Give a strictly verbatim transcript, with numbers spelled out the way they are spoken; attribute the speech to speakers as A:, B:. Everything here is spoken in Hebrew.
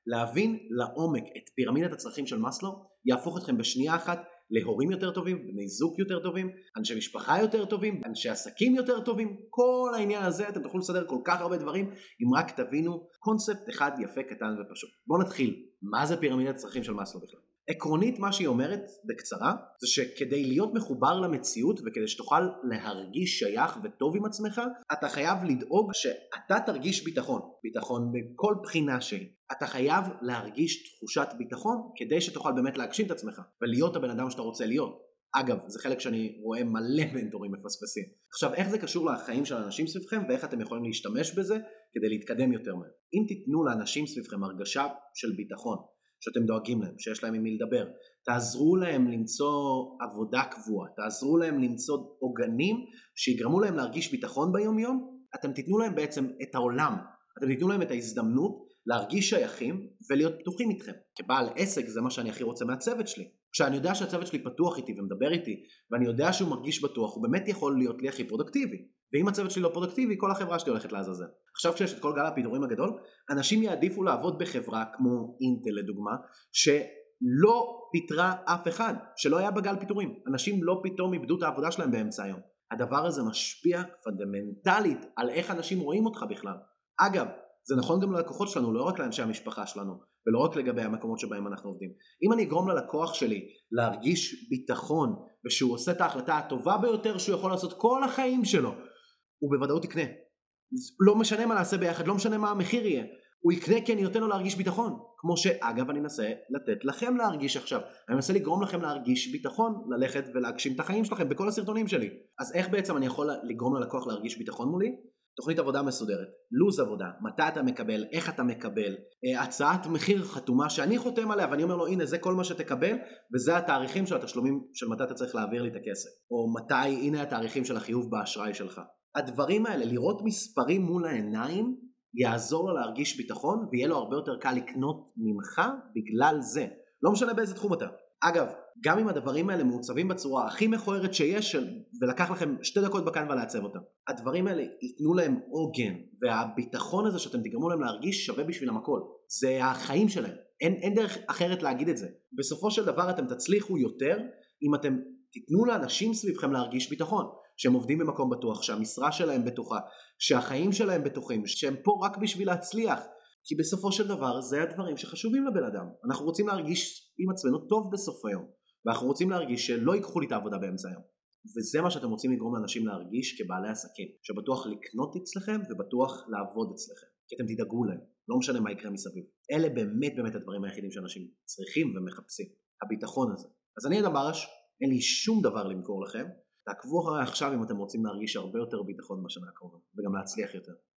A: להבין לעומק את פירמידת הצרכים של מאסלו, יהפוך אתכם בשנייה אחת להורים יותר טובים, בני זוג יותר טובים, אנשי משפחה יותר טובים, אנשי עסקים יותר טובים. כל העניין הזה אתם תוכלו לסדר כל כך הרבה דברים, אם רק תבינו קונספט אחד יפה, קטן ופשוט. בואו נתחיל. מה זה פירמידת הצרכים של מאסלו בכלל? עקרונית מה שהיא אומרת בקצרה, זה שכדי להיות מחובר למציאות וכדי שתוכל להרגיש שייך וטוב עם עצמך, אתה חייב לדאוג שאתה תרגיש ביטחון, ביטחון בכל בחינה שהיא. אתה חייב להרגיש תחושת ביטחון כדי שתוכל באמת להגשים את עצמך ולהיות הבן אדם שאתה רוצה להיות. אגב, זה חלק שאני רואה מלא מנטורים מפספסים. עכשיו, איך זה קשור לחיים של אנשים סביבכם ואיך אתם יכולים להשתמש בזה כדי להתקדם יותר מהר? אם תיתנו לאנשים סביבכם הרגשה של ביטחון, שאתם דואגים להם, שיש להם עם מי לדבר, תעזרו להם למצוא עבודה קבועה, תעזרו להם למצוא עוגנים שיגרמו להם להרגיש ביטחון ביום יום, אתם תיתנו להם בעצם את העולם, אתם תיתנו להם את ההזדמנות להרגיש שייכים ולהיות פתוחים איתכם. כבעל עסק זה מה שאני הכי רוצה מהצוות שלי. כשאני יודע שהצוות שלי פתוח איתי ומדבר איתי, ואני יודע שהוא מרגיש בטוח, הוא באמת יכול להיות לי הכי פרודקטיבי. ואם הצוות שלי לא פרודקטיבי, כל החברה שלי הולכת לעזאזל. עכשיו כשיש את כל גל הפיטורים הגדול, אנשים יעדיפו לעבוד בחברה כמו אינטל לדוגמה, שלא פיטרה אף אחד, שלא היה בגל פיטורים. אנשים לא פתאום איבדו את העבודה שלהם באמצע היום. הדבר הזה משפיע פונדמנטלית על איך אנשים רואים אותך בכלל. אגב, זה נכון גם ללקוחות שלנו, לא רק לאנשי המשפחה שלנו, ולא רק לגבי המקומות שבהם אנחנו עובדים. אם אני אגרום ללקוח שלי להרגיש ביטחון, ושהוא עושה את ההחלטה הטובה ביותר שהוא יכול לעשות כל החיים שלו, הוא בוודאות יקנה. לא משנה מה נעשה ביחד, לא משנה מה המחיר יהיה. הוא יקנה כי אני נותן לו להרגיש ביטחון. כמו שאגב אני מנסה לתת לכם להרגיש עכשיו. אני מנסה לגרום לכם להרגיש ביטחון, ללכת ולהגשים את החיים שלכם בכל הסרטונים שלי. אז איך בעצם אני יכול לגרום ללקוח להרגיש ביטחון מולי? תוכנית עבודה מסודרת, לוז עבודה, מתי אתה מקבל, איך אתה מקבל, הצעת מחיר חתומה שאני חותם עליה ואני אומר לו הנה זה כל מה שתקבל וזה התאריכים של התשלומים של מתי אתה צריך להעביר לי את הכסף, או מתי הנה התאריכים של החיוב באשראי שלך. הדברים האלה, לראות מספרים מול העיניים, יעזור לו להרגיש ביטחון ויהיה לו הרבה יותר קל לקנות ממך בגלל זה. לא משנה באיזה תחום אתה. אגב, גם אם הדברים האלה מעוצבים בצורה הכי מכוערת שיש, ולקח לכם שתי דקות בכאן ולעצב אותם, הדברים האלה ייתנו להם עוגן, והביטחון הזה שאתם תגרמו להם להרגיש שווה בשבילם הכל. זה החיים שלהם. אין, אין דרך אחרת להגיד את זה. בסופו של דבר אתם תצליחו יותר, אם אתם תיתנו לאנשים סביבכם להרגיש ביטחון, שהם עובדים במקום בטוח, שהמשרה שלהם בטוחה, שהחיים שלהם בטוחים, שהם פה רק בשביל להצליח. כי בסופו של דבר זה הדברים שחשובים לבן אדם. אנחנו רוצים להרגיש עם עצמנו טוב בסוף היום, ואנחנו רוצים להרגיש שלא ייקחו לי את העבודה באמצע היום. וזה מה שאתם רוצים לגרום לאנשים להרגיש כבעלי עסקים, שבטוח לקנות אצלכם ובטוח לעבוד אצלכם, כי אתם תדאגו להם, לא משנה מה יקרה מסביב. אלה באמת באמת הדברים היחידים שאנשים צריכים ומחפשים, הביטחון הזה. אז אני אדם ברש, אין לי שום דבר למכור לכם, תעקבו אחרי עכשיו אם אתם רוצים להרגיש הרבה יותר ביטחון בשנה הקרובה, וגם להצליח יותר.